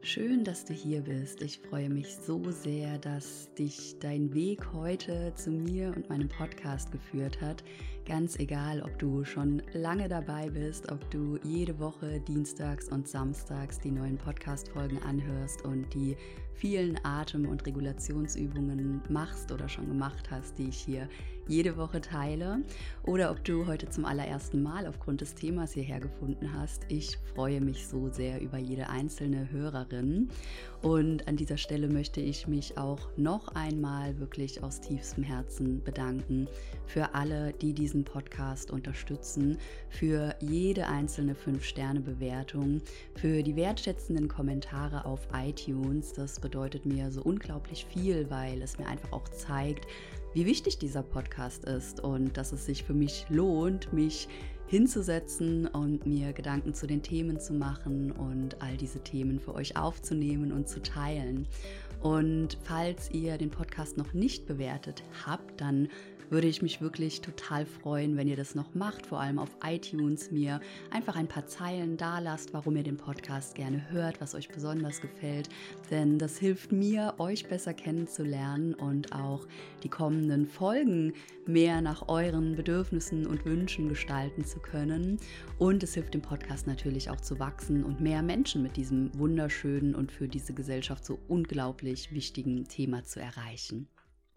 Schön, dass du hier bist. Ich freue mich so sehr, dass dich dein Weg heute zu mir und meinem Podcast geführt hat. Ganz egal, ob du schon lange dabei bist, ob du jede Woche dienstags und samstags die neuen Podcast-Folgen anhörst und die vielen Atem- und Regulationsübungen machst oder schon gemacht hast, die ich hier jede Woche teile, oder ob du heute zum allerersten Mal aufgrund des Themas hierher gefunden hast. Ich freue mich so sehr über jede einzelne Hörerin und an dieser Stelle möchte ich mich auch noch einmal wirklich aus tiefstem Herzen bedanken für alle, die diesen Podcast unterstützen, für jede einzelne 5-Sterne-Bewertung, für die wertschätzenden Kommentare auf iTunes. Das bedeutet mir so unglaublich viel, weil es mir einfach auch zeigt, wie wichtig dieser Podcast ist und dass es sich für mich lohnt, mich hinzusetzen und mir Gedanken zu den Themen zu machen und all diese Themen für euch aufzunehmen und zu teilen. Und falls ihr den Podcast noch nicht bewertet habt, dann würde ich mich wirklich total freuen, wenn ihr das noch macht, vor allem auf iTunes mir einfach ein paar Zeilen da lasst, warum ihr den Podcast gerne hört, was euch besonders gefällt, denn das hilft mir, euch besser kennenzulernen und auch die kommenden Folgen mehr nach euren Bedürfnissen und Wünschen gestalten zu können, und es hilft dem Podcast natürlich auch zu wachsen und mehr Menschen mit diesem wunderschönen und für diese Gesellschaft so unglaublich wichtigen Thema zu erreichen.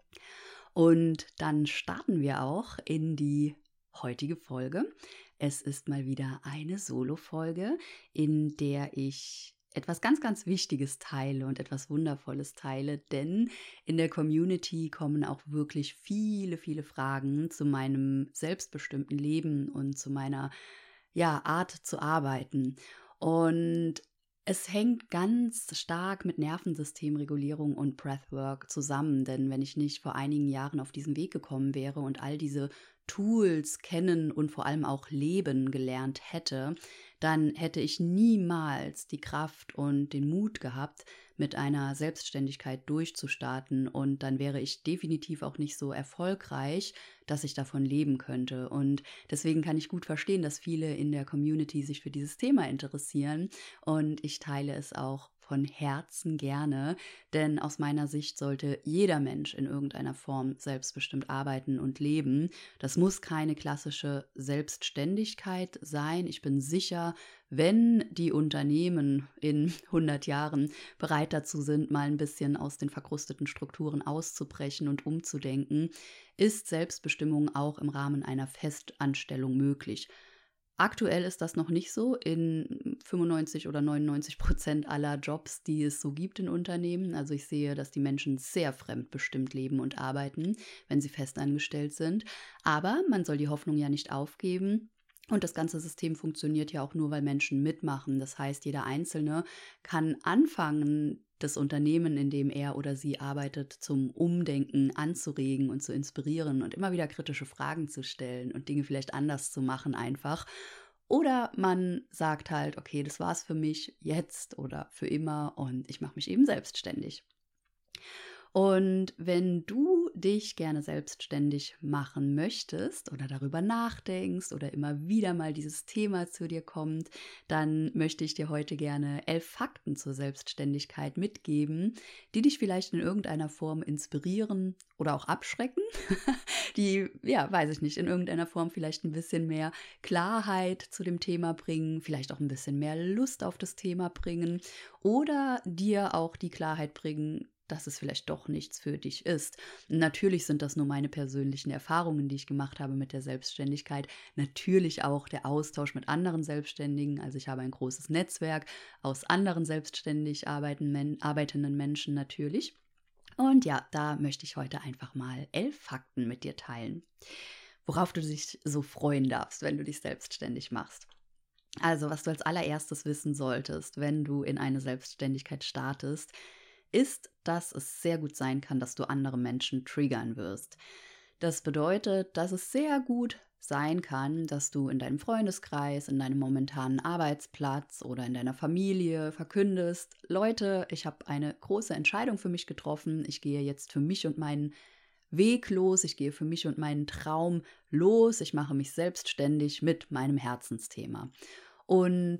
Und dann starten wir auch in die heutige Folge. Es ist mal wieder eine Solo-Folge, in der ich etwas ganz, ganz Wichtiges teile und etwas Wundervolles teile, denn in der Community kommen auch wirklich viele, viele Fragen zu meinem selbstbestimmten Leben und zu meiner Art zu arbeiten. Und es hängt ganz stark mit Nervensystemregulierung und Breathwork zusammen, denn wenn ich nicht vor einigen Jahren auf diesen Weg gekommen wäre und all diese Tools kennen und vor allem auch leben gelernt hätte, dann hätte ich niemals die Kraft und den Mut gehabt, mit einer Selbstständigkeit durchzustarten, und dann wäre ich definitiv auch nicht so erfolgreich, dass ich davon leben könnte. Und deswegen kann ich gut verstehen, dass viele in der Community sich für dieses Thema interessieren, und ich teile es auch von Herzen gerne, denn aus meiner Sicht sollte jeder Mensch in irgendeiner Form selbstbestimmt arbeiten und leben. Das muss keine klassische Selbstständigkeit sein. Ich bin sicher, wenn die Unternehmen in 100 Jahren bereit dazu sind, mal ein bisschen aus den verkrusteten Strukturen auszubrechen und umzudenken, ist Selbstbestimmung auch im Rahmen einer Festanstellung möglich. Aktuell ist das noch nicht so in 95 oder 99% aller Jobs, die es so gibt in Unternehmen. Also ich sehe, dass die Menschen sehr fremdbestimmt leben und arbeiten, wenn sie festangestellt sind. Aber man soll die Hoffnung ja nicht aufgeben. Und das ganze System funktioniert ja auch nur, weil Menschen mitmachen. Das heißt, jeder Einzelne kann anfangen, das Unternehmen, in dem er oder sie arbeitet, zum Umdenken anzuregen und zu inspirieren und immer wieder kritische Fragen zu stellen und Dinge vielleicht anders zu machen einfach. Oder man sagt halt, okay, das war's für mich jetzt oder für immer und ich mache mich eben selbstständig. Und wenn du dich gerne selbstständig machen möchtest oder darüber nachdenkst oder immer wieder mal dieses Thema zu dir kommt, dann möchte ich dir heute gerne 11 Fakten zur Selbstständigkeit mitgeben, die dich vielleicht in irgendeiner Form inspirieren oder auch abschrecken, die, weiß ich nicht, in irgendeiner Form vielleicht ein bisschen mehr Klarheit zu dem Thema bringen, vielleicht auch ein bisschen mehr Lust auf das Thema bringen oder dir auch die Klarheit bringen, dass es vielleicht doch nichts für dich ist. Natürlich sind das nur meine persönlichen Erfahrungen, die ich gemacht habe mit der Selbstständigkeit. Natürlich auch der Austausch mit anderen Selbstständigen. Also ich habe ein großes Netzwerk aus anderen selbstständig arbeitenden Menschen natürlich. Und ja, da möchte ich heute einfach mal 11 Fakten mit dir teilen, worauf du dich so freuen darfst, wenn du dich selbstständig machst. Also, was du als allererstes wissen solltest, wenn du in eine Selbstständigkeit startest, ist, dass es sehr gut sein kann, dass du andere Menschen triggern wirst. Das bedeutet, dass es sehr gut sein kann, dass du in deinem Freundeskreis, in deinem momentanen Arbeitsplatz oder in deiner Familie verkündest: Leute, ich habe eine große Entscheidung für mich getroffen, ich gehe jetzt für mich und meinen Weg los, ich gehe für mich und meinen Traum los, ich mache mich selbstständig mit meinem Herzensthema. Und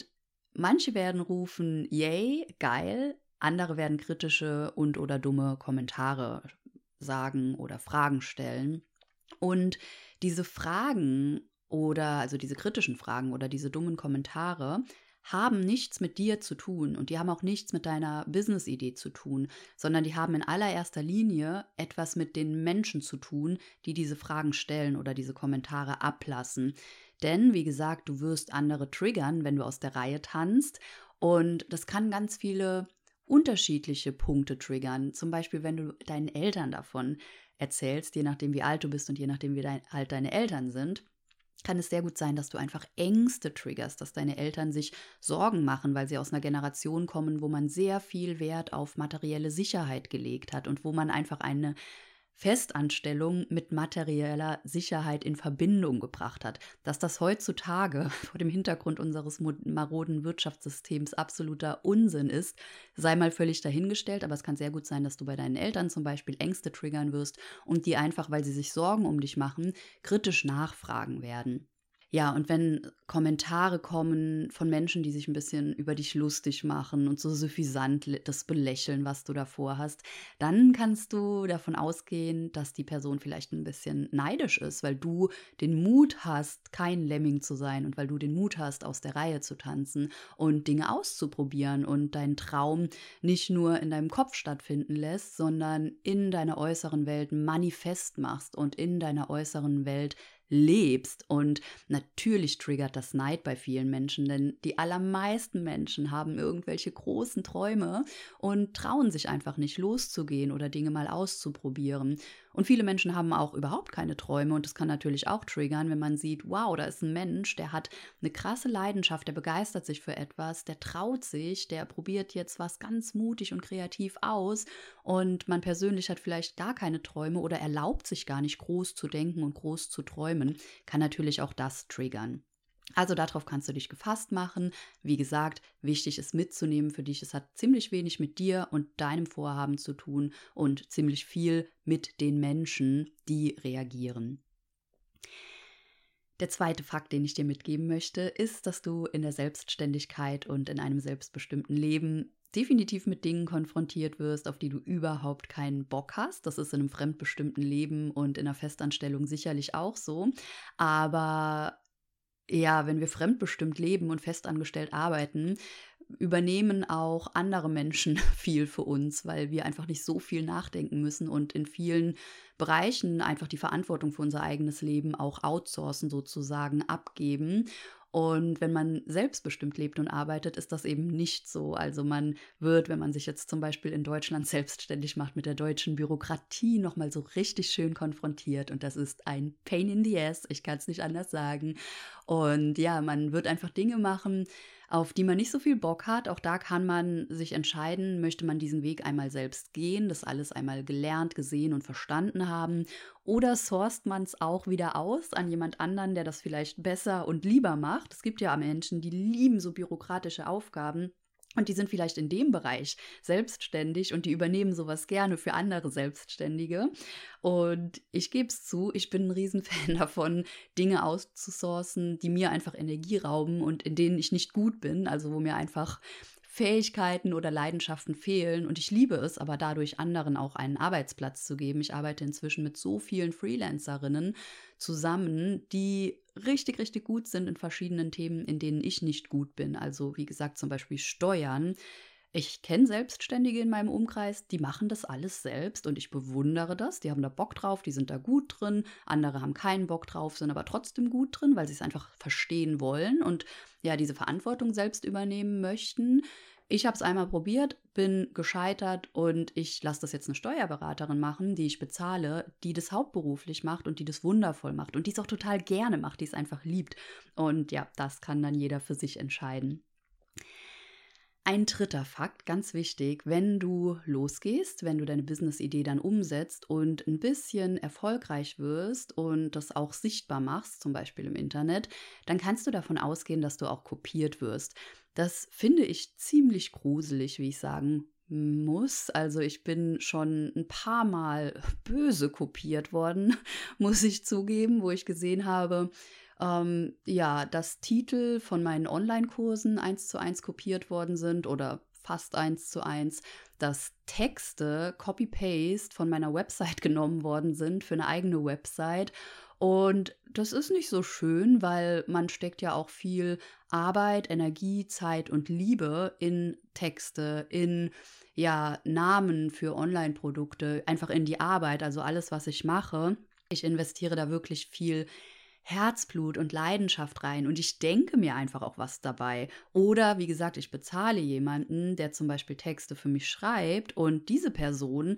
Manche werden rufen, yay, geil, andere werden kritische und oder dumme Kommentare sagen oder Fragen stellen. Und diese Fragen also diese kritischen Fragen oder diese dummen Kommentare haben nichts mit dir zu tun und die haben auch nichts mit deiner Business-Idee zu tun, sondern die haben in allererster Linie etwas mit den Menschen zu tun, die diese Fragen stellen oder diese Kommentare ablassen. Denn, wie gesagt, du wirst andere triggern, wenn du aus der Reihe tanzt, und das kann ganz viele unterschiedliche Punkte triggern. Zum Beispiel, wenn du deinen Eltern davon erzählst, je nachdem wie alt du bist und je nachdem wie alt deine Eltern sind, kann es sehr gut sein, dass du einfach Ängste triggerst, dass deine Eltern sich Sorgen machen, weil sie aus einer Generation kommen, wo man sehr viel Wert auf materielle Sicherheit gelegt hat und wo man einfach eine Festanstellung mit materieller Sicherheit in Verbindung gebracht hat. Dass das heutzutage vor dem Hintergrund unseres maroden Wirtschaftssystems absoluter Unsinn ist, sei mal völlig dahingestellt, aber es kann sehr gut sein, dass du bei deinen Eltern zum Beispiel Ängste triggern wirst und die einfach, weil sie sich Sorgen um dich machen, kritisch nachfragen werden. Ja, und wenn Kommentare kommen von Menschen, die sich ein bisschen über dich lustig machen und so suffisant das belächeln, was du davor hast, dann kannst du davon ausgehen, dass die Person vielleicht ein bisschen neidisch ist, weil du den Mut hast, kein Lemming zu sein und weil du den Mut hast, aus der Reihe zu tanzen und Dinge auszuprobieren und deinen Traum nicht nur in deinem Kopf stattfinden lässt, sondern in deiner äußeren Welt manifest machst und in deiner äußeren Welt lebst. Und natürlich triggert das Neid bei vielen Menschen, denn die allermeisten Menschen haben irgendwelche großen Träume und trauen sich einfach nicht loszugehen oder Dinge mal auszuprobieren. Und viele Menschen haben auch überhaupt keine Träume und das kann natürlich auch triggern, wenn man sieht, wow, da ist ein Mensch, der hat eine krasse Leidenschaft, der begeistert sich für etwas, der traut sich, der probiert jetzt was ganz mutig und kreativ aus und man persönlich hat vielleicht gar keine Träume oder erlaubt sich gar nicht groß zu denken und groß zu träumen, kann natürlich auch das triggern. Also darauf kannst du dich gefasst machen. Wie gesagt, wichtig ist mitzunehmen für dich, es hat ziemlich wenig mit dir und deinem Vorhaben zu tun und ziemlich viel mit den Menschen, die reagieren. Der zweite Fakt, den ich dir mitgeben möchte, ist, dass du in der Selbstständigkeit und in einem selbstbestimmten Leben definitiv mit Dingen konfrontiert wirst, auf die du überhaupt keinen Bock hast. Das ist in einem fremdbestimmten Leben und in einer Festanstellung sicherlich auch so. Aber ja, wenn wir fremdbestimmt leben und festangestellt arbeiten, übernehmen auch andere Menschen viel für uns, weil wir einfach nicht so viel nachdenken müssen und in vielen Bereichen einfach die Verantwortung für unser eigenes Leben auch outsourcen sozusagen, abgeben. Und wenn man selbstbestimmt lebt und arbeitet, ist das eben nicht so. Also man wird, wenn man sich jetzt zum Beispiel in Deutschland selbstständig macht, mit der deutschen Bürokratie nochmal so richtig schön konfrontiert. Und das ist ein Pain in the ass, ich kann es nicht anders sagen. Und ja, man wird einfach Dinge machen, auf die man nicht so viel Bock hat. Auch da kann man sich entscheiden, möchte man diesen Weg einmal selbst gehen, das alles einmal gelernt, gesehen und verstanden haben, oder sourced man es auch wieder aus an jemand anderen, der das vielleicht besser und lieber macht. Es gibt ja Menschen, die lieben so bürokratische Aufgaben. Und die sind vielleicht in dem Bereich selbstständig und die übernehmen sowas gerne für andere Selbstständige. Und ich gebe es zu, ich bin ein Riesenfan davon, Dinge auszusourcen, die mir einfach Energie rauben und in denen ich nicht gut bin, also wo mir einfach Fähigkeiten oder Leidenschaften fehlen. Und ich liebe es, aber dadurch anderen auch einen Arbeitsplatz zu geben. Ich arbeite inzwischen mit so vielen Freelancerinnen zusammen, die richtig, richtig gut sind in verschiedenen Themen, in denen ich nicht gut bin. Also wie gesagt, zum Beispiel Steuern. Ich kenne Selbstständige in meinem Umkreis, die machen das alles selbst und ich bewundere das. Die haben da Bock drauf, die sind da gut drin. Andere haben keinen Bock drauf, sind aber trotzdem gut drin, weil sie es einfach verstehen wollen und ja, diese Verantwortung selbst übernehmen möchten. Ich habe es einmal probiert, bin gescheitert und ich lasse das jetzt eine Steuerberaterin machen, die ich bezahle, die das hauptberuflich macht und die das wundervoll macht und die es auch total gerne macht, die es einfach liebt. Und ja, das kann dann jeder für sich entscheiden. Ein dritter Fakt, ganz wichtig, wenn du losgehst, wenn du deine Business-Idee dann umsetzt und ein bisschen erfolgreich wirst und das auch sichtbar machst, zum Beispiel im Internet, dann kannst du davon ausgehen, dass du auch kopiert wirst. Das finde ich ziemlich gruselig, wie ich sagen muss. Also ich bin schon ein paar Mal böse kopiert worden, muss ich zugeben, wo ich gesehen habe, dass Titel von meinen Online-Kursen 1:1 kopiert worden sind oder fast 1:1, dass Texte Copy-Paste von meiner Website genommen worden sind für eine eigene Website. Und das ist nicht so schön, weil man steckt ja auch viel Arbeit, Energie, Zeit und Liebe in Texte, in Namen für Online-Produkte, einfach in die Arbeit, also alles, was ich mache. Ich investiere da wirklich viel Herzblut und Leidenschaft rein und ich denke mir einfach auch was dabei. Oder wie gesagt, ich bezahle jemanden, der zum Beispiel Texte für mich schreibt und diese Person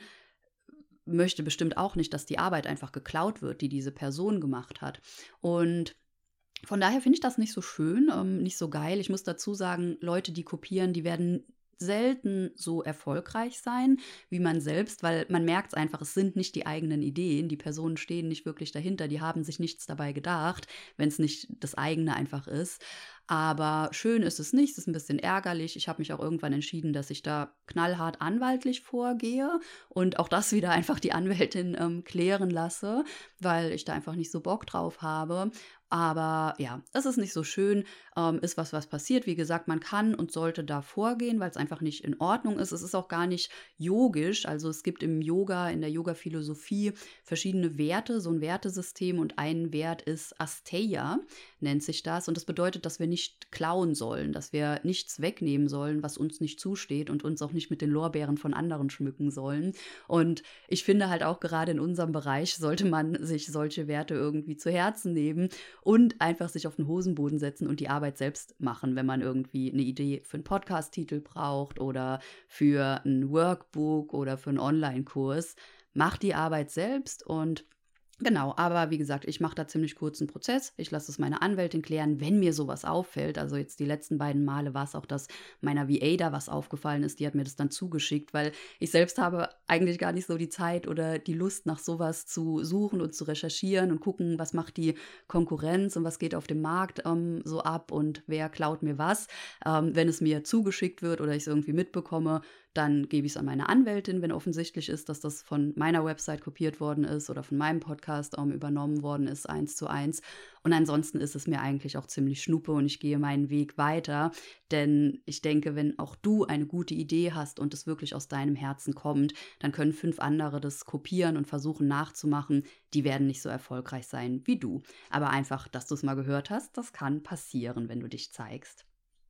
möchte bestimmt auch nicht, dass die Arbeit einfach geklaut wird, die diese Person gemacht hat. Und von daher finde ich das nicht so schön, nicht so geil. Ich muss dazu sagen, Leute, die kopieren, die werden selten so erfolgreich sein wie man selbst, weil man merkt es einfach, es sind nicht die eigenen Ideen, die Personen stehen nicht wirklich dahinter, die haben sich nichts dabei gedacht, wenn es nicht das eigene einfach ist. Aber schön ist es nicht, es ist ein bisschen ärgerlich. Ich habe mich auch irgendwann entschieden, dass ich da knallhart anwaltlich vorgehe und auch das wieder einfach die Anwältin klären lasse, weil ich da einfach nicht so Bock drauf habe. Aber ja, es ist nicht so schön, ist was passiert. Wie gesagt, man kann und sollte da vorgehen, weil es einfach nicht in Ordnung ist. Es ist auch gar nicht yogisch. Also es gibt im Yoga, in der Yoga-Philosophie verschiedene Werte, so ein Wertesystem und ein Wert ist Asteya, nennt sich das. Und das bedeutet, dass wir nicht klauen sollen, dass wir nichts wegnehmen sollen, was uns nicht zusteht und uns auch nicht mit den Lorbeeren von anderen schmücken sollen. Und ich finde halt auch gerade in unserem Bereich sollte man sich solche Werte irgendwie zu Herzen nehmen und einfach sich auf den Hosenboden setzen und die Arbeit selbst machen, wenn man irgendwie eine Idee für einen Podcast-Titel braucht oder für ein Workbook oder für einen Online-Kurs. Macht die Arbeit selbst und genau, aber wie gesagt, ich mache da ziemlich kurzen Prozess. Ich lasse es meiner Anwältin klären, wenn mir sowas auffällt. Also jetzt die letzten beiden Male war es auch, dass meiner VA da was aufgefallen ist. Die hat mir das dann zugeschickt, weil ich selbst habe eigentlich gar nicht so die Zeit oder die Lust, nach sowas zu suchen und zu recherchieren und gucken, was macht die Konkurrenz und was geht auf dem Markt so ab und wer klaut mir was. Wenn es mir zugeschickt wird oder ich es irgendwie mitbekomme, dann gebe ich es an meine Anwältin, wenn offensichtlich ist, dass das von meiner Website kopiert worden ist oder von meinem Podcast übernommen worden ist, 1:1. Und ansonsten ist es mir eigentlich auch ziemlich schnuppe und ich gehe meinen Weg weiter. Denn ich denke, wenn auch du eine gute Idee hast und es wirklich aus deinem Herzen kommt, dann können 5 andere das kopieren und versuchen nachzumachen. Die werden nicht so erfolgreich sein wie du. Aber einfach, dass du es mal gehört hast, das kann passieren, wenn du dich zeigst.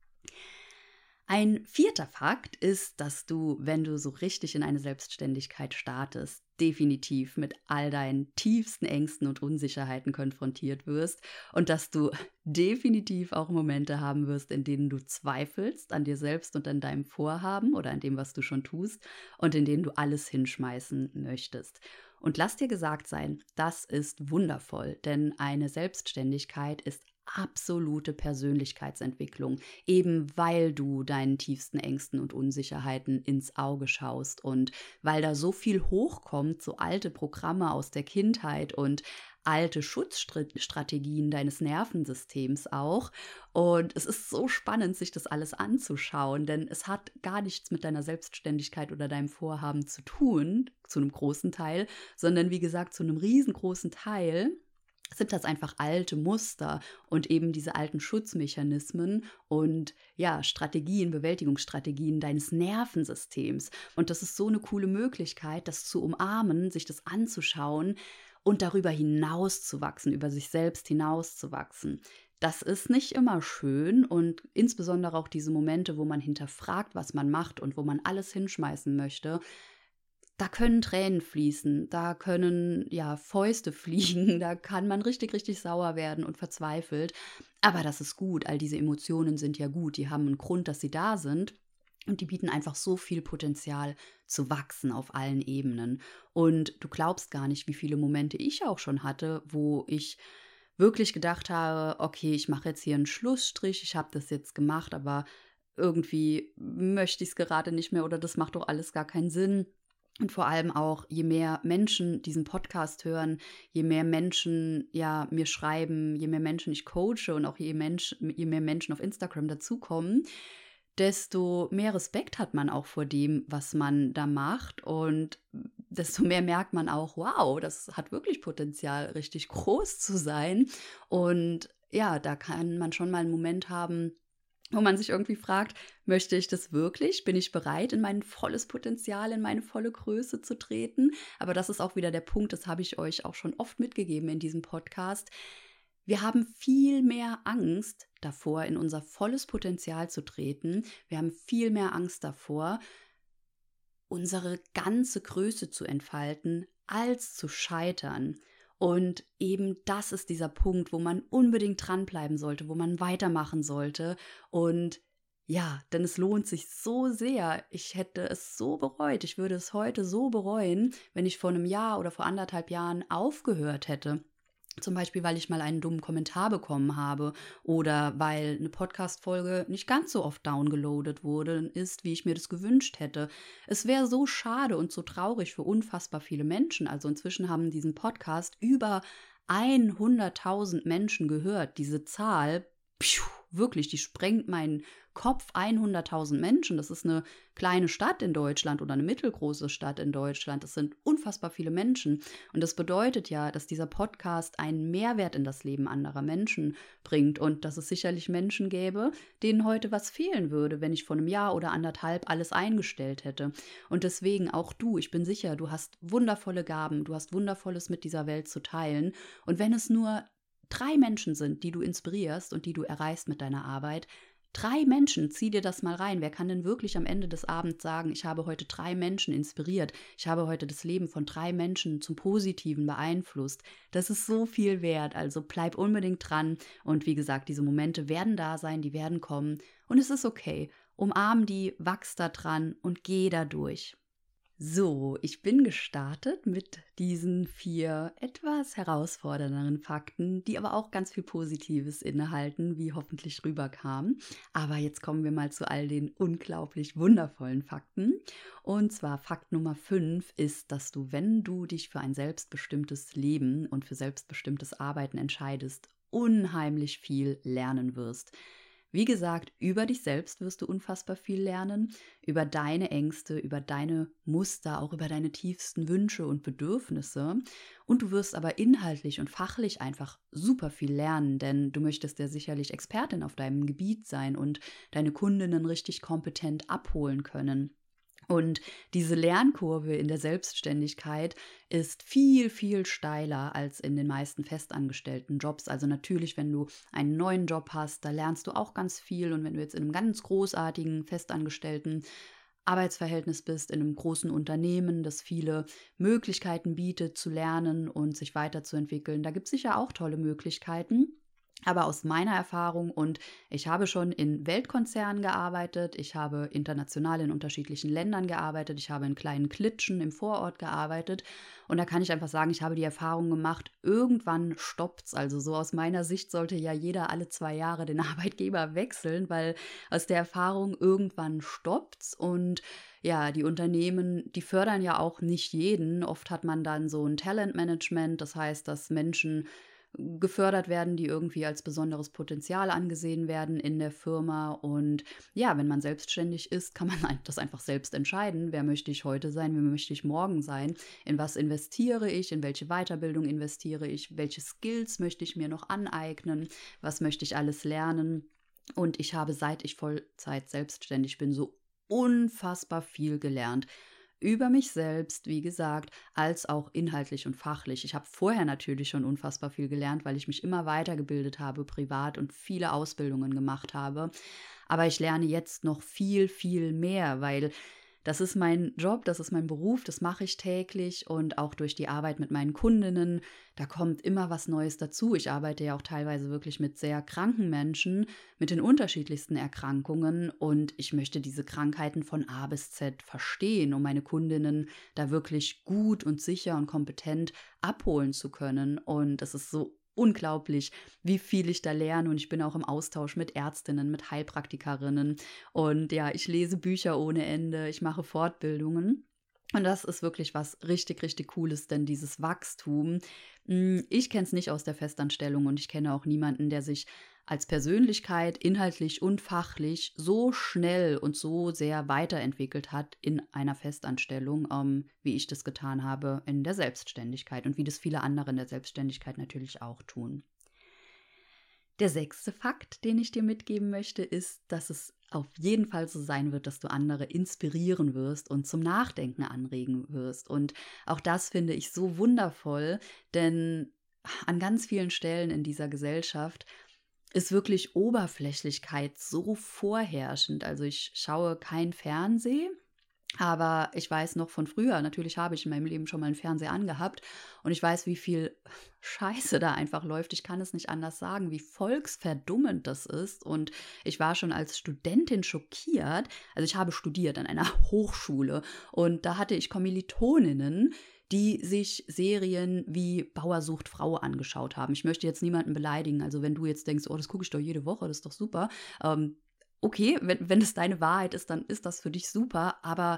Ein 4. Fakt ist, dass du, wenn du so richtig in eine Selbstständigkeit startest, definitiv mit all deinen tiefsten Ängsten und Unsicherheiten konfrontiert wirst und dass du definitiv auch Momente haben wirst, in denen du zweifelst an dir selbst und an deinem Vorhaben oder an dem, was du schon tust und in denen du alles hinschmeißen möchtest. Und lass dir gesagt sein, das ist wundervoll, denn eine Selbstständigkeit ist absolute Persönlichkeitsentwicklung, eben weil du deinen tiefsten Ängsten und Unsicherheiten ins Auge schaust und weil da so viel hochkommt, so alte Programme aus der Kindheit und alte Schutzstrategien deines Nervensystems auch. Und es ist so spannend, sich das alles anzuschauen, denn es hat gar nichts mit deiner Selbstständigkeit oder deinem Vorhaben zu tun, zu einem großen Teil, sondern wie gesagt, zu einem riesengroßen Teil sind das einfach alte Muster und eben diese alten Schutzmechanismen und Strategien, Bewältigungsstrategien deines Nervensystems. Und das ist so eine coole Möglichkeit, das zu umarmen, sich das anzuschauen und darüber hinauszuwachsen, über sich selbst hinauszuwachsen. Das ist nicht immer schön und insbesondere auch diese Momente, wo man hinterfragt, was man macht und wo man alles hinschmeißen möchte. Da können Tränen fließen, da können Fäuste fliegen, da kann man richtig, richtig sauer werden und verzweifelt. Aber das ist gut, all diese Emotionen sind ja gut, die haben einen Grund, dass sie da sind. Und die bieten einfach so viel Potenzial zu wachsen auf allen Ebenen. Und du glaubst gar nicht, wie viele Momente ich auch schon hatte, wo ich wirklich gedacht habe, okay, ich mache jetzt hier einen Schlussstrich, ich habe das jetzt gemacht, aber irgendwie möchte ich es gerade nicht mehr oder das macht doch alles gar keinen Sinn. Und vor allem auch, je mehr Menschen diesen Podcast hören, je mehr Menschen mir schreiben, je mehr Menschen ich coache und auch je mehr Menschen auf Instagram dazukommen, desto mehr Respekt hat man auch vor dem, was man da macht und desto mehr merkt man auch, wow, das hat wirklich Potenzial, richtig groß zu sein. Und ja, da kann man schon mal einen Moment haben, wo man sich irgendwie fragt, möchte ich das wirklich? Bin ich bereit, in mein volles Potenzial, in meine volle Größe zu treten? Aber das ist auch wieder der Punkt, das habe ich euch auch schon oft mitgegeben in diesem Podcast. Wir haben viel mehr Angst davor, in unser volles Potenzial zu treten. Wir haben viel mehr Angst davor, unsere ganze Größe zu entfalten, als zu scheitern. Und eben das ist dieser Punkt, wo man unbedingt dranbleiben sollte, wo man weitermachen sollte. Und ja, denn es lohnt sich so sehr. Ich hätte es so bereut. Ich würde es heute so bereuen, wenn ich vor einem Jahr oder vor 1,5 Jahren aufgehört hätte. Zum Beispiel, weil ich mal einen dummen Kommentar bekommen habe oder weil eine Podcast-Folge nicht ganz so oft downgeloadet wurde, ist, wie ich mir das gewünscht hätte. Es wäre so schade und so traurig für unfassbar viele Menschen. Also inzwischen haben diesen Podcast über 100.000 Menschen gehört. Diese Zahl, wirklich, die sprengt meinen Kopf. 100.000 Menschen, das ist eine kleine Stadt in Deutschland oder eine mittelgroße Stadt in Deutschland. Das sind unfassbar viele Menschen. Und das bedeutet ja, dass dieser Podcast einen Mehrwert in das Leben anderer Menschen bringt und dass es sicherlich Menschen gäbe, denen heute was fehlen würde, wenn ich vor einem Jahr oder 1,5 alles eingestellt hätte. Und deswegen auch du, ich bin sicher, du hast wundervolle Gaben, du hast Wundervolles mit dieser Welt zu teilen. Und wenn es nur 3 Menschen sind, die du inspirierst und die du erreichst mit deiner Arbeit, 3 Menschen, zieh dir das mal rein. Wer kann denn wirklich am Ende des Abends sagen, ich habe heute 3 Menschen inspiriert, ich habe heute das Leben von 3 Menschen zum Positiven beeinflusst. Das ist so viel wert, also bleib unbedingt dran. Und wie gesagt, diese Momente werden da sein, die werden kommen und es ist okay. Umarm die, wachs da dran und geh da durch. So, ich bin gestartet mit diesen 4 etwas herausfordernderen Fakten, die aber auch ganz viel Positives innehalten, wie hoffentlich rüberkam. Aber jetzt kommen wir mal zu all den unglaublich wundervollen Fakten. Und zwar Fakt Nummer 5 ist, dass du, wenn du dich für ein selbstbestimmtes Leben und für selbstbestimmtes Arbeiten entscheidest, unheimlich viel lernen wirst. Wie gesagt, über dich selbst wirst du unfassbar viel lernen, über deine Ängste, über deine Muster, auch über deine tiefsten Wünsche und Bedürfnisse. Und du wirst aber inhaltlich und fachlich einfach super viel lernen, denn du möchtest ja sicherlich Expertin auf deinem Gebiet sein und deine Kundinnen richtig kompetent abholen können. Und diese Lernkurve in der Selbstständigkeit ist viel, viel steiler als in den meisten festangestellten Jobs. Also natürlich, wenn du einen neuen Job hast, da lernst du auch ganz viel. Und wenn du jetzt in einem ganz großartigen festangestellten Arbeitsverhältnis bist, in einem großen Unternehmen, das viele Möglichkeiten bietet zu lernen und sich weiterzuentwickeln, da gibt es sicher auch tolle Möglichkeiten. Aber aus meiner Erfahrung, und ich habe schon in Weltkonzernen gearbeitet, ich habe international in unterschiedlichen Ländern gearbeitet, ich habe in kleinen Klitschen im Vorort gearbeitet und da kann ich einfach sagen, ich habe die Erfahrung gemacht, irgendwann stoppt's. Also so aus meiner Sicht sollte ja jeder alle 2 Jahre den Arbeitgeber wechseln, weil aus der Erfahrung irgendwann stoppt's und ja, die Unternehmen, die fördern ja auch nicht jeden. Oft hat man dann so ein Talentmanagement, das heißt, dass Menschen gefördert werden, die irgendwie als besonderes Potenzial angesehen werden in der Firma. Und ja, wenn man selbstständig ist, kann man das einfach selbst entscheiden. Wer möchte ich heute sein, wer möchte ich morgen sein? In was investiere ich? In welche Weiterbildung investiere ich? Welche Skills möchte ich mir noch aneignen? Was möchte ich alles lernen? Und ich habe, seit ich Vollzeit selbstständig bin, so unfassbar viel gelernt. Über mich selbst, wie gesagt, als auch inhaltlich und fachlich. Ich habe vorher natürlich schon unfassbar viel gelernt, weil ich mich immer weitergebildet habe, privat und viele Ausbildungen gemacht habe. Aber ich lerne jetzt noch viel, viel mehr, weil das ist mein Job, das ist mein Beruf, das mache ich täglich und auch durch die Arbeit mit meinen Kundinnen, da kommt immer was Neues dazu. Ich arbeite ja auch teilweise wirklich mit sehr kranken Menschen, mit den unterschiedlichsten Erkrankungen und ich möchte diese Krankheiten von A bis Z verstehen, um meine Kundinnen da wirklich gut und sicher und kompetent abholen zu können. Und das ist so unglaublich, wie viel ich da lerne und ich bin auch im Austausch mit Ärztinnen, mit Heilpraktikerinnen und ja, ich lese Bücher ohne Ende, ich mache Fortbildungen. Und das ist wirklich was richtig, richtig Cooles, denn dieses Wachstum, ich kenne es nicht aus der Festanstellung und ich kenne auch niemanden, der sich als Persönlichkeit inhaltlich und fachlich so schnell und so sehr weiterentwickelt hat in einer Festanstellung, wie ich das getan habe in der Selbstständigkeit und wie das viele andere in der Selbstständigkeit natürlich auch tun. Der 6. Fakt, den ich dir mitgeben möchte, ist, dass es auf jeden Fall so sein wird, dass du andere inspirieren wirst und zum Nachdenken anregen wirst. Und auch das finde ich so wundervoll, denn an ganz vielen Stellen in dieser Gesellschaft ist wirklich Oberflächlichkeit so vorherrschend. Also ich schaue kein Fernsehen, aber ich weiß noch von früher, natürlich habe ich in meinem Leben schon mal einen Fernseher angehabt und ich weiß, wie viel Scheiße da einfach läuft. Ich kann es nicht anders sagen, wie volksverdummend das ist. Und ich war schon als Studentin schockiert. Also ich habe studiert an einer Hochschule und da hatte ich Kommilitoninnen, die sich Serien wie Bauer sucht Frau angeschaut haben. Ich möchte jetzt niemanden beleidigen. Also wenn du jetzt denkst, oh, das gucke ich doch jede Woche, das ist doch super. Okay, wenn es deine Wahrheit ist, dann ist das für dich super, aber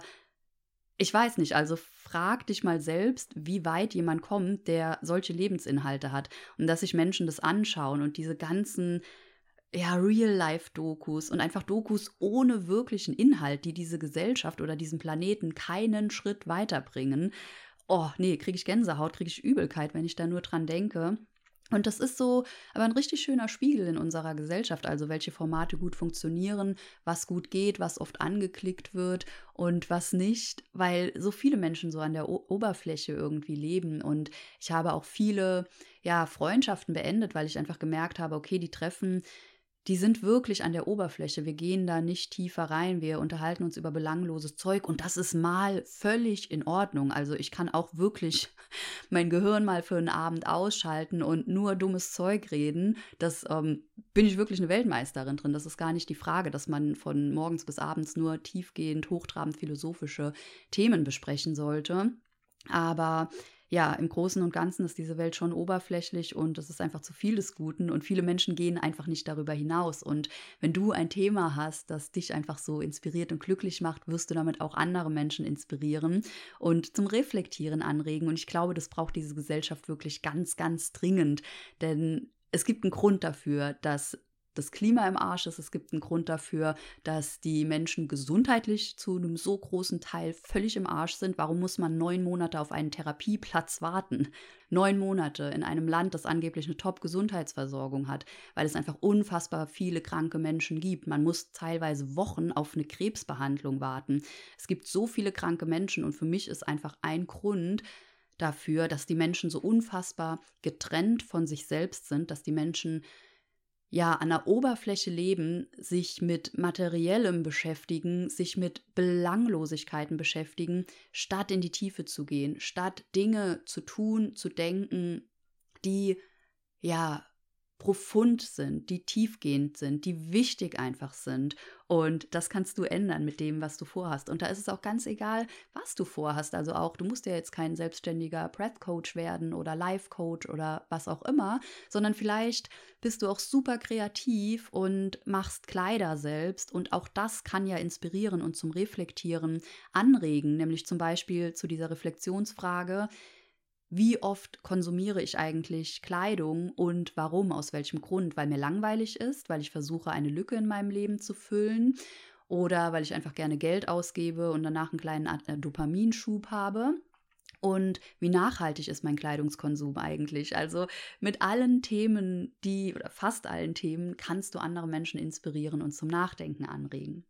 ich weiß nicht, also frag dich mal selbst, wie weit jemand kommt, der solche Lebensinhalte hat und dass sich Menschen das anschauen und diese ganzen, ja, Real-Life-Dokus und einfach Dokus ohne wirklichen Inhalt, die diese Gesellschaft oder diesen Planeten keinen Schritt weiterbringen. Oh, nee, kriege ich Gänsehaut, kriege ich Übelkeit, wenn ich da nur dran denke. Und das ist so aber ein richtig schöner Spiegel in unserer Gesellschaft, also welche Formate gut funktionieren, was gut geht, was oft angeklickt wird und was nicht, weil so viele Menschen so an der Oberfläche irgendwie leben. Und ich habe auch viele, ja, Freundschaften beendet, weil ich einfach gemerkt habe, okay, die Treffen, die sind wirklich an der Oberfläche. Wir gehen da nicht tiefer rein. Wir unterhalten uns über belangloses Zeug und das ist mal völlig in Ordnung. Also ich kann auch wirklich mein Gehirn mal für einen Abend ausschalten und nur dummes Zeug reden. Das bin ich wirklich eine Weltmeisterin drin. Das ist gar nicht die Frage, dass man von morgens bis abends nur tiefgehend, hochtrabend philosophische Themen besprechen sollte. Aber ja, im Großen und Ganzen ist diese Welt schon oberflächlich und es ist einfach zu viel des Guten und viele Menschen gehen einfach nicht darüber hinaus. Und wenn du ein Thema hast, das dich einfach so inspiriert und glücklich macht, wirst du damit auch andere Menschen inspirieren und zum Reflektieren anregen. Und ich glaube, das braucht diese Gesellschaft wirklich ganz, ganz dringend, denn es gibt einen Grund dafür, dass das Klima im Arsch ist. Es gibt einen Grund dafür, dass die Menschen gesundheitlich zu einem so großen Teil völlig im Arsch sind. Warum muss man 9 Monate auf einen Therapieplatz warten? 9 Monate in einem Land, das angeblich eine Top-Gesundheitsversorgung hat, weil es einfach unfassbar viele kranke Menschen gibt. Man muss teilweise Wochen auf eine Krebsbehandlung warten. Es gibt so viele kranke Menschen und für mich ist einfach ein Grund dafür, dass die Menschen so unfassbar getrennt von sich selbst sind, dass die Menschen ja, an der Oberfläche leben, sich mit Materiellem beschäftigen, sich mit Belanglosigkeiten beschäftigen, statt in die Tiefe zu gehen, statt Dinge zu tun, zu denken, die ja profund sind, die tiefgehend sind, die wichtig einfach sind. Und das kannst du ändern mit dem, was du vorhast. Und da ist es auch ganz egal, was du vorhast. Also auch, du musst ja jetzt kein selbstständiger Breath Coach werden oder Life Coach oder was auch immer, sondern vielleicht bist du auch super kreativ und machst Kleider selbst. Und auch das kann ja inspirieren und zum Reflektieren anregen, nämlich zum Beispiel zu dieser Reflexionsfrage: Wie oft konsumiere ich eigentlich Kleidung und warum, aus welchem Grund? Weil mir langweilig ist, weil ich versuche, eine Lücke in meinem Leben zu füllen oder weil ich einfach gerne Geld ausgebe und danach einen kleinen Dopaminschub habe? Und wie nachhaltig ist mein Kleidungskonsum eigentlich? Also mit allen Themen, oder fast allen Themen, kannst du andere Menschen inspirieren und zum Nachdenken anregen.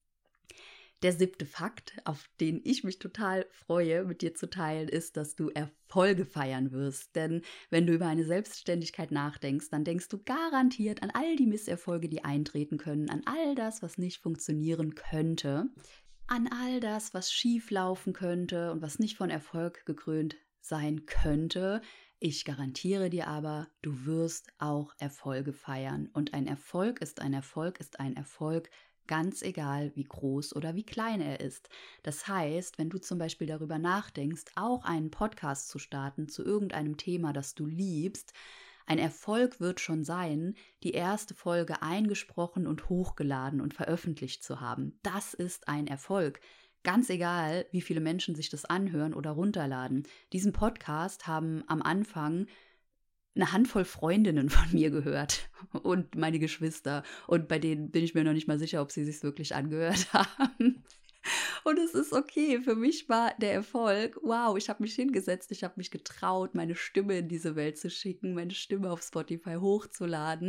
Der 7. Fakt, auf den ich mich total freue, mit dir zu teilen, ist, dass du Erfolge feiern wirst. Denn wenn du über eine Selbstständigkeit nachdenkst, dann denkst du garantiert an all die Misserfolge, die eintreten können, an all das, was nicht funktionieren könnte, an all das, was schief laufen könnte und was nicht von Erfolg gekrönt sein könnte. Ich garantiere dir aber, du wirst auch Erfolge feiern. Und ein Erfolg ist ein Erfolg ist ein Erfolg, ganz egal, wie groß oder wie klein er ist. Das heißt, wenn du zum Beispiel darüber nachdenkst, auch einen Podcast zu starten zu irgendeinem Thema, das du liebst, ein Erfolg wird schon sein, die erste Folge eingesprochen und hochgeladen und veröffentlicht zu haben. Das ist ein Erfolg. Ganz egal, wie viele Menschen sich das anhören oder runterladen. Diesen Podcast haben am Anfang eine Handvoll Freundinnen von mir gehört und meine Geschwister. Und bei denen bin ich mir noch nicht mal sicher, ob sie sich wirklich angehört haben. Und es ist okay. Für mich war der Erfolg, wow, ich habe mich hingesetzt, ich habe mich getraut, meine Stimme in diese Welt zu schicken, meine Stimme auf Spotify hochzuladen.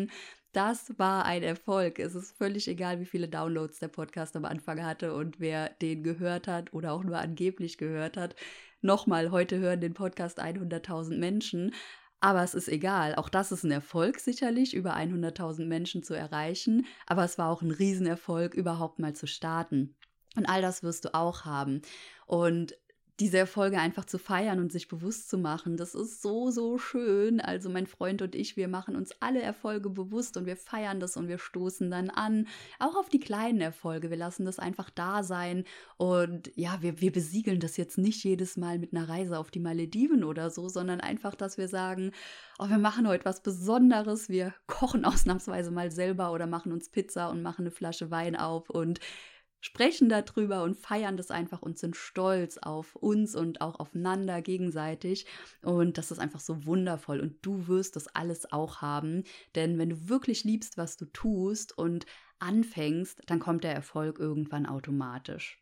das war ein Erfolg. Es ist völlig egal, wie viele Downloads der Podcast am Anfang hatte und wer den gehört hat oder auch nur angeblich gehört hat. Nochmal, heute hören den Podcast 100.000 Menschen. Aber es ist egal, auch das ist ein Erfolg sicherlich, über 100.000 Menschen zu erreichen, aber es war auch ein Riesenerfolg, überhaupt mal zu starten. Und all das wirst du auch haben. Und diese Erfolge einfach zu feiern und sich bewusst zu machen, das ist so, so schön. Also mein Freund und ich, wir machen uns alle Erfolge bewusst und wir feiern das und wir stoßen dann an, auch auf die kleinen Erfolge. Wir lassen das einfach da sein und ja, wir besiegeln das jetzt nicht jedes Mal mit einer Reise auf die Malediven oder so, sondern einfach, dass wir sagen, oh, wir machen heute was Besonderes, wir kochen ausnahmsweise mal selber oder machen uns Pizza und machen eine Flasche Wein auf und sprechen darüber und feiern das einfach und sind stolz auf uns und auch aufeinander gegenseitig. Und das ist einfach so wundervoll. Und du wirst das alles auch haben. Denn wenn du wirklich liebst, was du tust und anfängst, dann kommt der Erfolg irgendwann automatisch.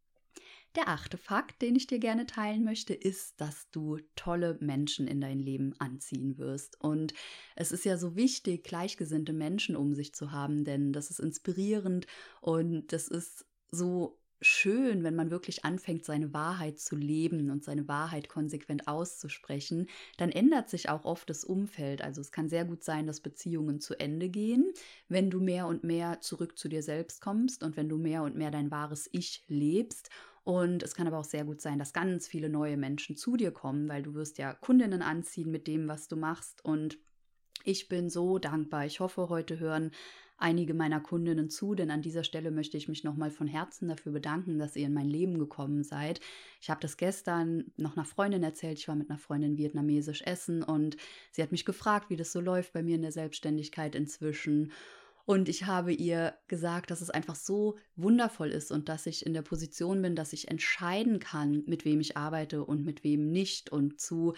Der 8. Fakt, den ich dir gerne teilen möchte, ist, dass du tolle Menschen in dein Leben anziehen wirst. Und es ist ja so wichtig, gleichgesinnte Menschen um sich zu haben, denn das ist inspirierend und das ist so schön, wenn man wirklich anfängt, seine Wahrheit zu leben und seine Wahrheit konsequent auszusprechen, dann ändert sich auch oft das Umfeld. Also es kann sehr gut sein, dass Beziehungen zu Ende gehen, wenn du mehr und mehr zurück zu dir selbst kommst und wenn du mehr und mehr dein wahres Ich lebst. Und es kann aber auch sehr gut sein, dass ganz viele neue Menschen zu dir kommen, weil du wirst ja Kundinnen anziehen mit dem, was du machst. Und ich bin so dankbar. Ich hoffe, heute hören einige meiner Kundinnen zu, denn an dieser Stelle möchte ich mich nochmal von Herzen dafür bedanken, dass ihr in mein Leben gekommen seid. Ich habe das gestern noch einer Freundin erzählt. Ich war mit einer Freundin vietnamesisch essen und sie hat mich gefragt, wie das so läuft bei mir in der Selbstständigkeit inzwischen. Und ich habe ihr gesagt, dass es einfach so wundervoll ist und dass ich in der Position bin, dass ich entscheiden kann, mit wem ich arbeite und mit wem nicht. Und zu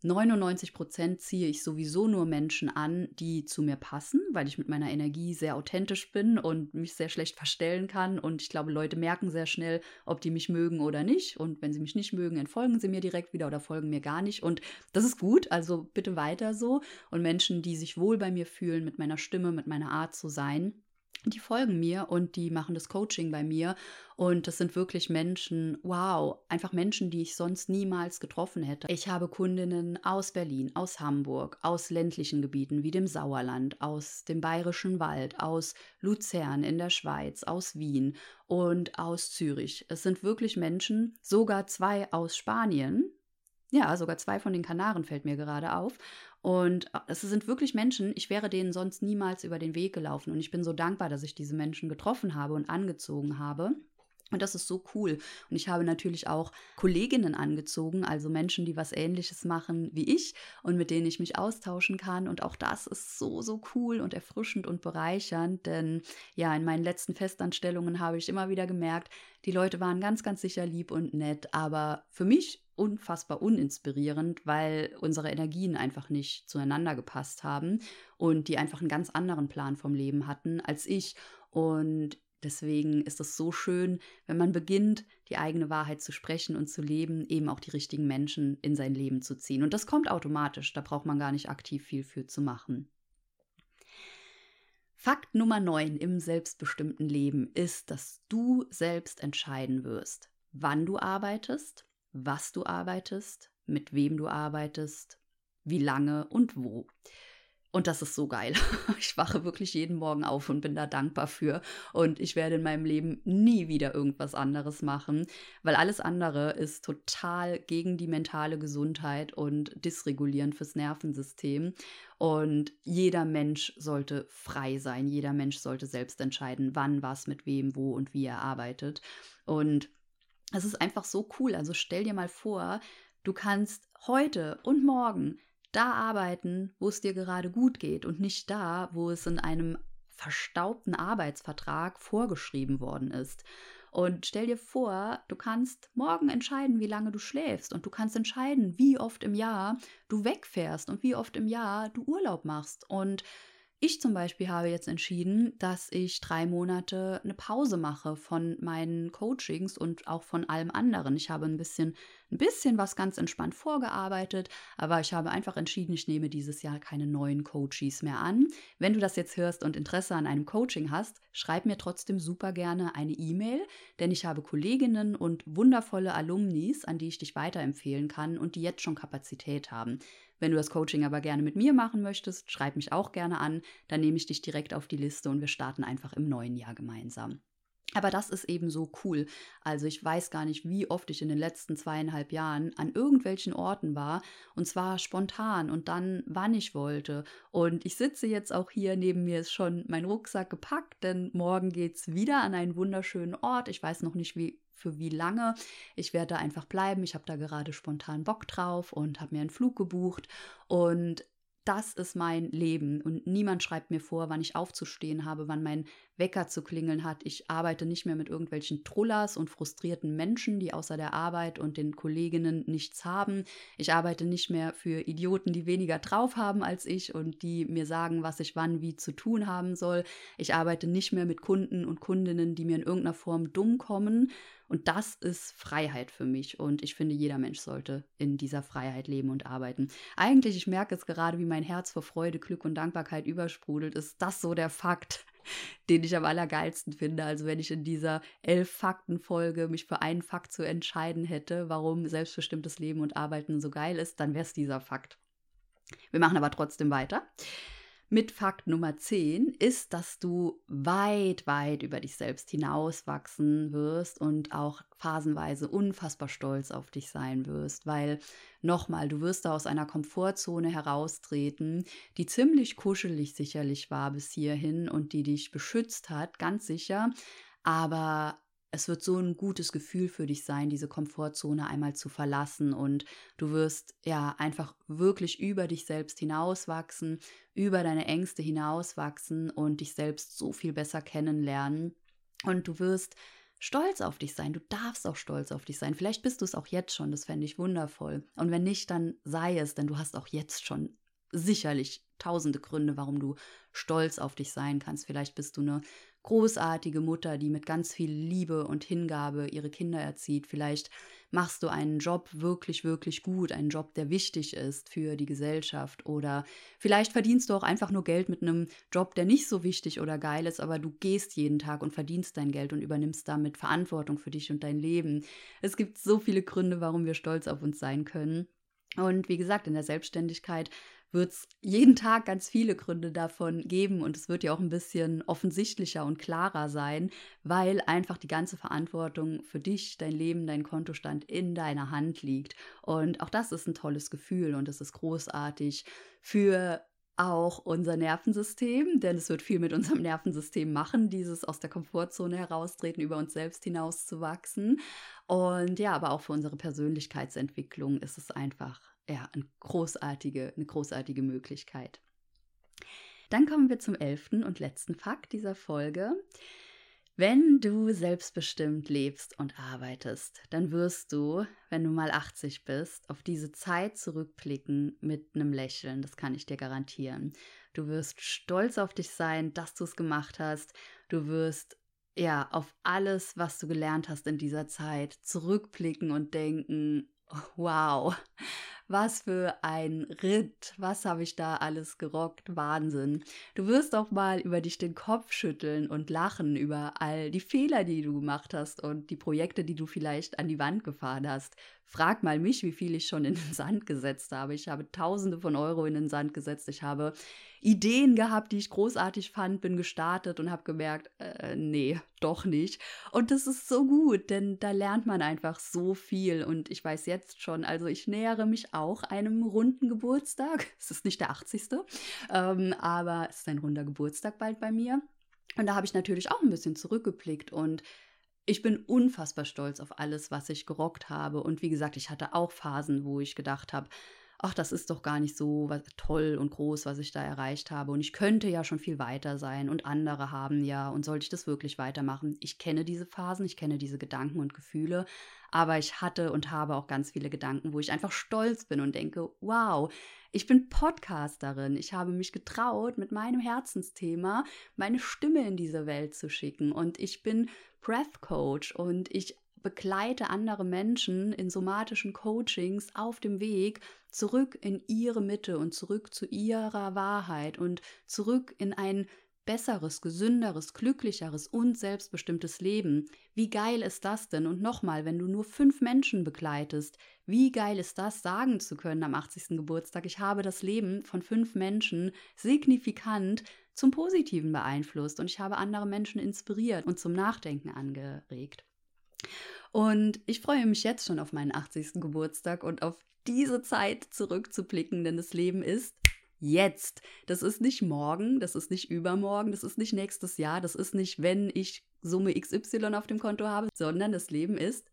99% ziehe ich sowieso nur Menschen an, die zu mir passen, weil ich mit meiner Energie sehr authentisch bin und mich sehr schlecht verstellen kann. Und ich glaube, Leute merken sehr schnell, ob die mich mögen oder nicht. Und wenn sie mich nicht mögen, entfolgen sie mir direkt wieder oder folgen mir gar nicht. Und das ist gut, also bitte weiter so. Und Menschen, die sich wohl bei mir fühlen, mit meiner Stimme, mit meiner Art zu sein, die folgen mir und die machen das Coaching bei mir. Und das sind wirklich Menschen, wow, einfach Menschen, die ich sonst niemals getroffen hätte. Ich habe Kundinnen aus Berlin, aus Hamburg, aus ländlichen Gebieten wie dem Sauerland, aus dem Bayerischen Wald, aus Luzern in der Schweiz, aus Wien und aus Zürich. Es sind wirklich Menschen, sogar 2 aus Spanien. Ja, sogar 2 von den Kanaren fällt mir gerade auf. Und es sind wirklich Menschen, ich wäre denen sonst niemals über den Weg gelaufen. Und ich bin so dankbar, dass ich diese Menschen getroffen habe und angezogen habe. Und das ist so cool. Und ich habe natürlich auch Kolleginnen angezogen, also Menschen, die was Ähnliches machen wie ich und mit denen ich mich austauschen kann. Und auch das ist so, so cool und erfrischend und bereichernd. Denn ja, in meinen letzten Festanstellungen habe ich immer wieder gemerkt, die Leute waren ganz, ganz sicher lieb und nett, aber für mich unfassbar uninspirierend, weil unsere Energien einfach nicht zueinander gepasst haben und die einfach einen ganz anderen Plan vom Leben hatten als ich. Und deswegen ist es so schön, wenn man beginnt, die eigene Wahrheit zu sprechen und zu leben, eben auch die richtigen Menschen in sein Leben zu ziehen. Und das kommt automatisch, da braucht man gar nicht aktiv viel für zu machen. Fakt Nummer 9 im selbstbestimmten Leben ist, dass du selbst entscheiden wirst, wann du arbeitest, was du arbeitest, mit wem du arbeitest, wie lange und wo. Und das ist so geil. Ich wache wirklich jeden Morgen auf und bin da dankbar für. Und ich werde in meinem Leben nie wieder irgendwas anderes machen, weil alles andere ist total gegen die mentale Gesundheit und dysregulierend fürs Nervensystem. Und jeder Mensch sollte frei sein. Jeder Mensch sollte selbst entscheiden, wann, was, mit wem, wo und wie er arbeitet. Und es ist einfach so cool. Also stell dir mal vor, du kannst heute und morgen da arbeiten, wo es dir gerade gut geht und nicht da, wo es in einem verstaubten Arbeitsvertrag vorgeschrieben worden ist. Und stell dir vor, du kannst morgen entscheiden, wie lange du schläfst und du kannst entscheiden, wie oft im Jahr du wegfährst und wie oft im Jahr du Urlaub machst. Und Ich zum Beispiel habe jetzt entschieden, dass ich 3 Monate eine Pause mache von meinen Coachings und auch von allem anderen. Ich habe ein bisschen was ganz entspannt vorgearbeitet, aber ich habe einfach entschieden, ich nehme dieses Jahr keine neuen Coaches mehr an. Wenn du das jetzt hörst und Interesse an einem Coaching hast, schreib mir trotzdem super gerne eine E-Mail, denn ich habe Kolleginnen und wundervolle Alumnis, an die ich dich weiterempfehlen kann und die jetzt schon Kapazität haben. Wenn du das Coaching aber gerne mit mir machen möchtest, schreib mich auch gerne an, dann nehme ich dich direkt auf die Liste und wir starten einfach im neuen Jahr gemeinsam. Aber das ist eben so cool. Also ich weiß gar nicht, wie oft ich in den letzten 2,5 Jahren an irgendwelchen Orten war und zwar spontan und dann, wann ich wollte. Und ich sitze jetzt auch hier, neben mir ist schon mein Rucksack gepackt, denn morgen geht's wieder an einen wunderschönen Ort. Ich weiß noch nicht, für wie lange. Ich werde da einfach bleiben. Ich habe da gerade spontan Bock drauf und habe mir einen Flug gebucht und das ist mein Leben und niemand schreibt mir vor, wann ich aufzustehen habe, wann mein Wecker zu klingeln hat. Ich arbeite nicht mehr mit irgendwelchen Trullers und frustrierten Menschen, die außer der Arbeit und den Kolleginnen nichts haben. Ich arbeite nicht mehr für Idioten, die weniger drauf haben als ich und die mir sagen, was ich wann wie zu tun haben soll. Ich arbeite nicht mehr mit Kunden und Kundinnen, die mir in irgendeiner Form dumm kommen. Und das ist Freiheit für mich. Und ich finde, jeder Mensch sollte in dieser Freiheit leben und arbeiten. Eigentlich, ich merke es gerade, wie mein Herz vor Freude, Glück und Dankbarkeit übersprudelt, ist das so der Fakt, den ich am allergeilsten finde. Also wenn ich in dieser 11-Fakten-Folge mich für einen Fakt zu entscheiden hätte, warum selbstbestimmtes Leben und Arbeiten so geil ist, dann wäre es dieser Fakt. Wir machen aber trotzdem weiter. Mit Fakt Nummer 10 ist, dass du weit, weit über dich selbst hinauswachsen wirst und auch phasenweise unfassbar stolz auf dich sein wirst, weil nochmal, du wirst da aus einer Komfortzone heraustreten, die ziemlich kuschelig sicherlich war bis hierhin und die dich beschützt hat, ganz sicher, aber es wird so ein gutes Gefühl für dich sein, diese Komfortzone einmal zu verlassen und du wirst ja einfach wirklich über dich selbst hinauswachsen, über deine Ängste hinauswachsen und dich selbst so viel besser kennenlernen. Und du wirst stolz auf dich sein. Du darfst auch stolz auf dich sein. Vielleicht bist du es auch jetzt schon, das fände ich wundervoll. Und wenn nicht, dann sei es, denn du hast auch jetzt schon sicherlich tausende Gründe, warum du stolz auf dich sein kannst. Vielleicht bist du eine großartige Mutter, die mit ganz viel Liebe und Hingabe ihre Kinder erzieht. Vielleicht machst du einen Job wirklich, wirklich gut, einen Job, der wichtig ist für die Gesellschaft. Oder vielleicht verdienst du auch einfach nur Geld mit einem Job, der nicht so wichtig oder geil ist, aber du gehst jeden Tag und verdienst dein Geld und übernimmst damit Verantwortung für dich und dein Leben. Es gibt so viele Gründe, warum wir stolz auf uns sein können. Und wie gesagt, in der Selbstständigkeit wird es jeden Tag ganz viele Gründe davon geben und es wird ja auch ein bisschen offensichtlicher und klarer sein, weil einfach die ganze Verantwortung für dich, dein Leben, dein Kontostand in deiner Hand liegt. Und auch das ist ein tolles Gefühl und es ist großartig für auch unser Nervensystem, denn es wird viel mit unserem Nervensystem machen, dieses aus der Komfortzone heraustreten, über uns selbst hinauszuwachsen. Und ja, aber auch für unsere Persönlichkeitsentwicklung ist es einfach ja, eine großartige Möglichkeit. Dann kommen wir zum 11. und letzten Fakt dieser Folge. Wenn du selbstbestimmt lebst und arbeitest, dann wirst du, wenn du mal 80 bist, auf diese Zeit zurückblicken mit einem Lächeln. Das kann ich dir garantieren. Du wirst stolz auf dich sein, dass du es gemacht hast. Du wirst ja auf alles, was du gelernt hast in dieser Zeit, zurückblicken und denken, wow, was für ein Ritt, was habe ich da alles gerockt, Wahnsinn. Du wirst auch mal über dich den Kopf schütteln und lachen über all die Fehler, die du gemacht hast und die Projekte, die du vielleicht an die Wand gefahren hast. Frag mal mich, wie viel ich schon in den Sand gesetzt habe. Ich habe Tausende von Euro in den Sand gesetzt. Ich habe Ideen gehabt, die ich großartig fand, bin gestartet und habe gemerkt, nee, doch nicht. Und das ist so gut, denn da lernt man einfach so viel. Und ich weiß jetzt schon, also ich nähere mich auch einem runden Geburtstag. Es ist nicht der 80. Aber es ist ein runder Geburtstag bald bei mir. Und da habe ich natürlich auch ein bisschen zurückgeblickt und ich bin unfassbar stolz auf alles, was ich gerockt habe. Und wie gesagt, ich hatte auch Phasen, wo ich gedacht habe, ach, das ist doch gar nicht so toll und groß, was ich da erreicht habe und ich könnte ja schon viel weiter sein und andere haben ja und sollte ich das wirklich weitermachen? Ich kenne diese Phasen, ich kenne diese Gedanken und Gefühle, aber ich hatte und habe auch ganz viele Gedanken, wo ich einfach stolz bin und denke, wow, ich bin Podcasterin, ich habe mich getraut, mit meinem Herzensthema meine Stimme in diese Welt zu schicken und ich bin Breath Coach und ich begleite andere Menschen in somatischen Coachings auf dem Weg zurück in ihre Mitte und zurück zu ihrer Wahrheit und zurück in ein besseres, gesünderes, glücklicheres und selbstbestimmtes Leben. Wie geil ist das denn? Und nochmal, wenn du nur 5 Menschen begleitest, wie geil ist das, sagen zu können am 80. Geburtstag, ich habe das Leben von 5 Menschen signifikant zum Positiven beeinflusst und ich habe andere Menschen inspiriert und zum Nachdenken angeregt. Und ich freue mich jetzt schon auf meinen 80. Geburtstag und auf diese Zeit zurückzublicken, denn das Leben ist jetzt. Das ist nicht morgen, das ist nicht übermorgen, das ist nicht nächstes Jahr, das ist nicht, wenn ich Summe XY auf dem Konto habe, sondern das Leben ist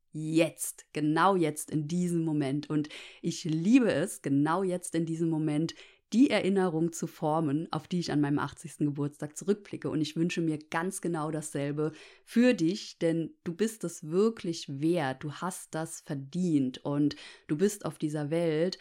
jetzt, genau jetzt in diesem Moment. Und ich liebe es, genau jetzt in diesem Moment die Erinnerung zu formen, auf die ich an meinem 80. Geburtstag zurückblicke. Und ich wünsche mir ganz genau dasselbe für dich, denn du bist es wirklich wert. Du hast das verdient und du bist auf dieser Welt,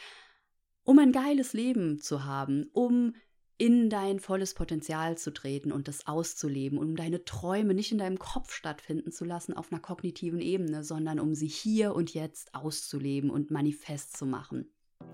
um ein geiles Leben zu haben, um in dein volles Potenzial zu treten und das auszuleben, um deine Träume nicht in deinem Kopf stattfinden zu lassen auf einer kognitiven Ebene, sondern um sie hier und jetzt auszuleben und manifest zu machen.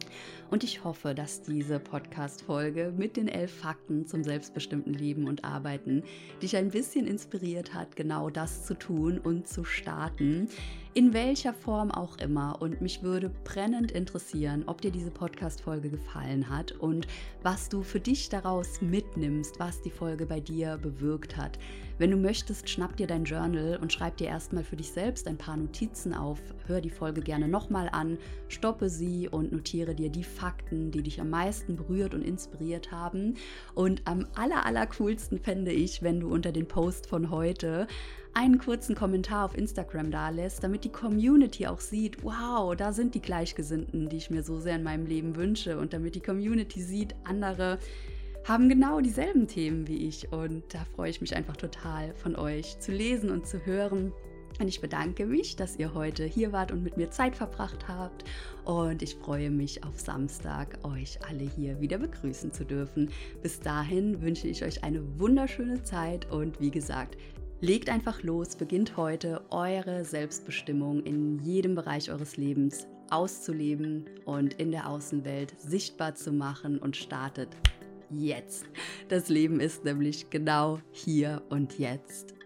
Und ich hoffe, dass diese Podcast-Folge mit den 11 Fakten zum selbstbestimmten Leben und Arbeiten dich ein bisschen inspiriert hat, genau das zu tun und zu starten, in welcher Form auch immer. Und mich würde brennend interessieren, ob dir diese Podcast-Folge gefallen hat und was du für dich daraus mitnimmst, was die Folge bei dir bewirkt hat. Wenn du möchtest, schnapp dir dein Journal und schreib dir erstmal für dich selbst ein paar Notizen auf. Hör die Folge gerne nochmal an, stoppe sie und notiere dir die Fakten, die dich am meisten berührt und inspiriert haben. Und am allercoolsten fände ich, wenn du unter den Post von heute einen kurzen Kommentar auf Instagram dalässt, damit die Community auch sieht, wow, da sind die Gleichgesinnten, die ich mir so sehr in meinem Leben wünsche und damit die Community sieht, andere haben genau dieselben Themen wie ich und da freue ich mich einfach total von euch zu lesen und zu hören. Und ich bedanke mich, dass ihr heute hier wart und mit mir Zeit verbracht habt und ich freue mich auf Samstag, euch alle hier wieder begrüßen zu dürfen. Bis dahin wünsche ich euch eine wunderschöne Zeit und wie gesagt, legt einfach los, beginnt heute eure Selbstbestimmung in jedem Bereich eures Lebens auszuleben und in der Außenwelt sichtbar zu machen und startet jetzt. Das Leben ist nämlich genau hier und jetzt.